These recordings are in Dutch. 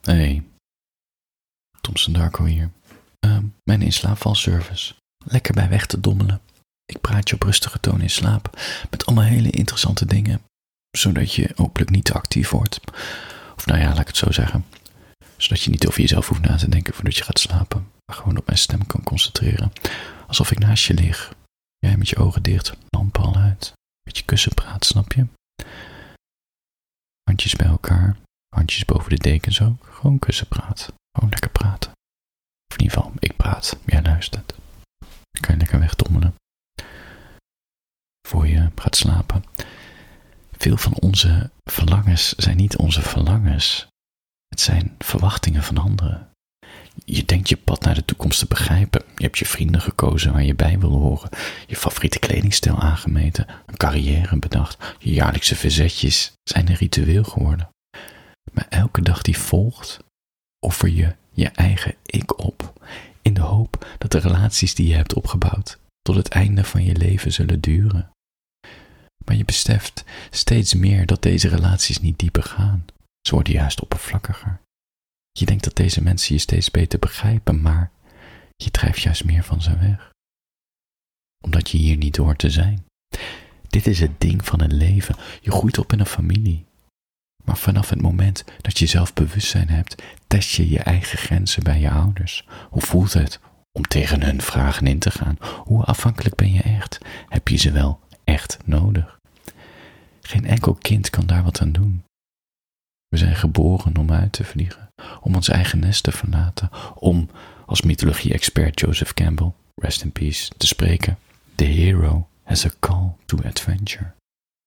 Hey, Thompson Darko hier. Mijn inslaapvalservice. Lekker bij weg te dommelen. Ik praat je op rustige toon in slaap met allemaal hele interessante dingen, zodat je hopelijk niet te actief wordt. Of nou ja, laat ik het zo zeggen. Zodat je niet over jezelf hoeft na te denken voordat je gaat slapen, maar gewoon op mijn stem kan concentreren. Alsof ik naast je lig. Jij met je ogen dicht, lampen al uit. Met je kussen praat, snap je? Handjes bij elkaar, handjes boven de dekens ook. Gewoon kussen praat. Gewoon lekker praten. Of in ieder geval, ik praat, jij luistert. Dan kan je lekker wegdommelen. Voor je gaat slapen. Veel van onze verlangens zijn niet onze verlangens. Het zijn verwachtingen van anderen. Je denkt je pad naar de toekomst te begrijpen. Je hebt je vrienden gekozen waar je bij wil horen. Je favoriete kledingstijl aangemeten. Een carrière bedacht. Je jaarlijkse verzetjes zijn een ritueel geworden. Maar elke dag die volgt, offer je je eigen ik op. In de hoop dat de relaties die je hebt opgebouwd tot het einde van je leven zullen duren. Maar je beseft steeds meer dat deze relaties niet dieper gaan. Ze worden juist oppervlakkiger. Je denkt dat deze mensen je steeds beter begrijpen, maar je drijft juist meer van ze weg. Omdat je hier niet hoort te zijn. Dit is het ding van het leven. Je groeit op in een familie. Maar vanaf het moment dat je zelfbewustzijn hebt, test je je eigen grenzen bij je ouders. Hoe voelt het om tegen hun vragen in te gaan? Hoe afhankelijk ben je echt? Heb je ze wel echt nodig? Geen enkel kind kan daar wat aan doen. We zijn geboren om uit te vliegen, om ons eigen nest te verlaten, om, als mythologie-expert Joseph Campbell, rest in peace, te spreken. The hero has a call to adventure.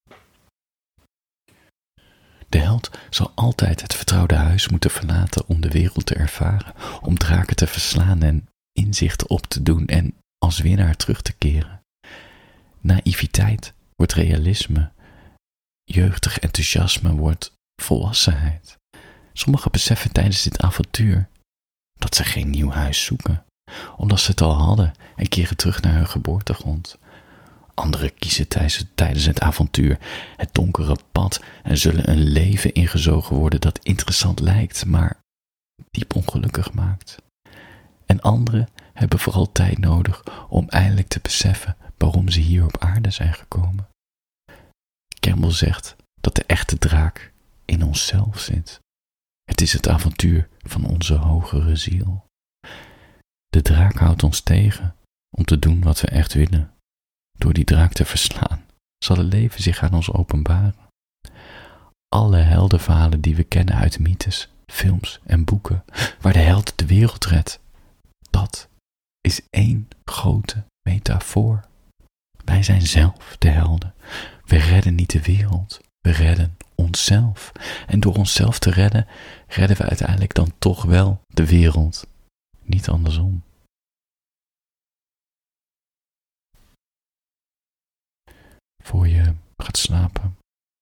De held zal altijd het vertrouwde huis moeten verlaten om de wereld te ervaren, om draken te verslaan en inzichten op te doen en als winnaar terug te keren. Naïviteit wordt realisme, jeugdig enthousiasme wordt volwassenheid. Sommigen beseffen tijdens dit avontuur dat ze geen nieuw huis zoeken, omdat ze het al hadden en keren terug naar hun geboortegrond. Anderen kiezen tijdens het avontuur het donkere pad en zullen een leven ingezogen worden dat interessant lijkt, maar diep ongelukkig maakt. En anderen hebben vooral tijd nodig om eindelijk te beseffen waarom ze hier op aarde zijn gekomen. Campbell zegt dat de echte draak in onszelf zit. Het is het avontuur van onze hogere ziel. De draak houdt ons tegen om te doen wat we echt willen. Door die draak te verslaan, zal het leven zich aan ons openbaren. Alle heldenverhalen die we kennen uit mythes, films en boeken, waar de held de wereld redt, dat is één grote metafoor. Wij zijn zelf de helden. We redden niet de wereld, we redden onszelf. En door onszelf te redden, redden we uiteindelijk dan toch wel de wereld. Niet andersom. Voor je gaat slapen,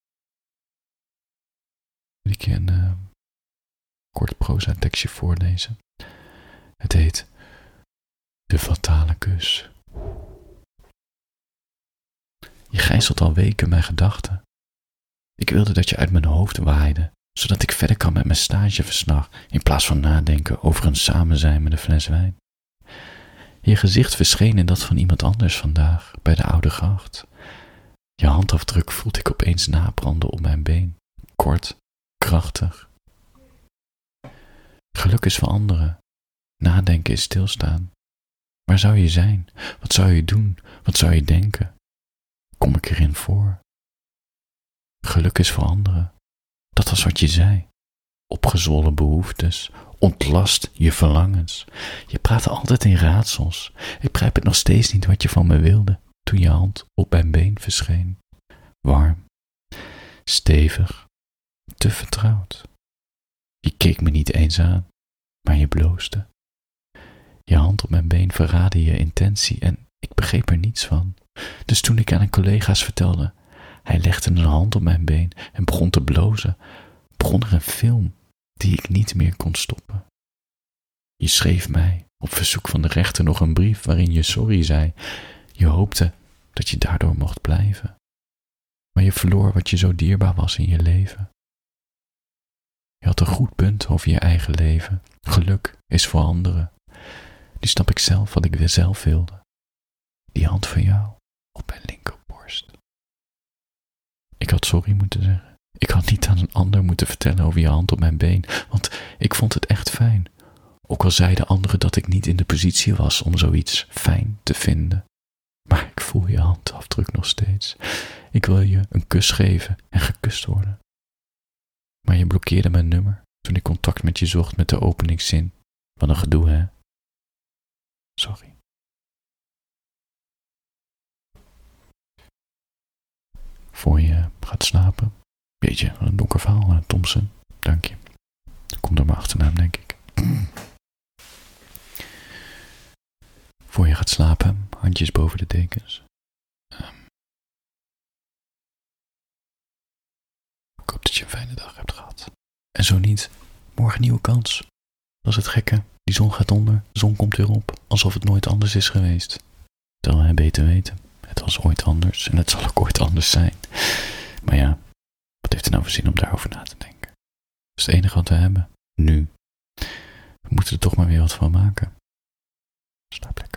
wil ik je een kort proza-tekstje voorlezen. Het heet De Fatale Kus. Je gijzelt al weken mijn gedachten. Ik wilde dat je uit mijn hoofd waaide, zodat ik verder kan met mijn stageverslag, in plaats van nadenken over een samenzijn met een fles wijn. Je gezicht verscheen in dat van iemand anders vandaag, bij de Oude Gracht. Je handafdruk voelde ik opeens nabranden op mijn been. Kort, krachtig. Geluk is voor anderen. Nadenken is stilstaan. Waar zou je zijn? Wat zou je doen? Wat zou je denken? Kom ik erin voor? Geluk is voor anderen. Dat was wat je zei. Opgezwollen behoeftes. Ontlast je verlangens. Je praatte altijd in raadsels. Ik begrijp het nog steeds niet wat je van me wilde toen je hand op mijn been verscheen. Warm. Stevig. Te vertrouwd. Je keek me niet eens aan, maar je bloosde. Je hand op mijn been verraadde je intentie en ik begreep er niets van. Dus toen ik aan een collega's vertelde, hij legde een hand op mijn been en begon te blozen, begon er een film die ik niet meer kon stoppen. Je schreef mij op verzoek van de rechter nog een brief waarin je sorry zei. Je hoopte dat je daardoor mocht blijven. Maar je verloor wat je zo dierbaar was in je leven. Je had een goed punt over je eigen leven. Geluk is voor anderen. Nu snap ik zelf wat ik weer zelf wilde. Die hand van jou op mijn linkerborst. Ik had sorry moeten zeggen. Ik had niet aan een ander moeten vertellen over je hand op mijn been, want ik vond het echt fijn. Ook al zeiden anderen dat ik niet in de positie was om zoiets fijn te vinden. Maar ik voel je handafdruk nog steeds. Ik wil je een kus geven en gekust worden. Maar je blokkeerde mijn nummer toen ik contact met je zocht met de openingszin. Wat een gedoe, hè? Sorry. Voor je gaat slapen. Beetje een donker verhaal, Thompson. Dank je. Komt door mijn achternaam, denk ik. Voor je gaat slapen, handjes boven de dekens. Ik hoop dat je een fijne dag hebt gehad. En zo niet, morgen nieuwe kans. Dat is het gekke. Die zon gaat onder, de zon komt weer op, alsof het nooit anders is geweest. Terwijl wij beter weten. Het was ooit anders en het zal ook ooit anders zijn. Maar ja, wat heeft het nou voor zin om daarover na te denken? Dat is het enige wat we hebben. Nu. We moeten er toch maar weer wat van maken. Slaap lekker.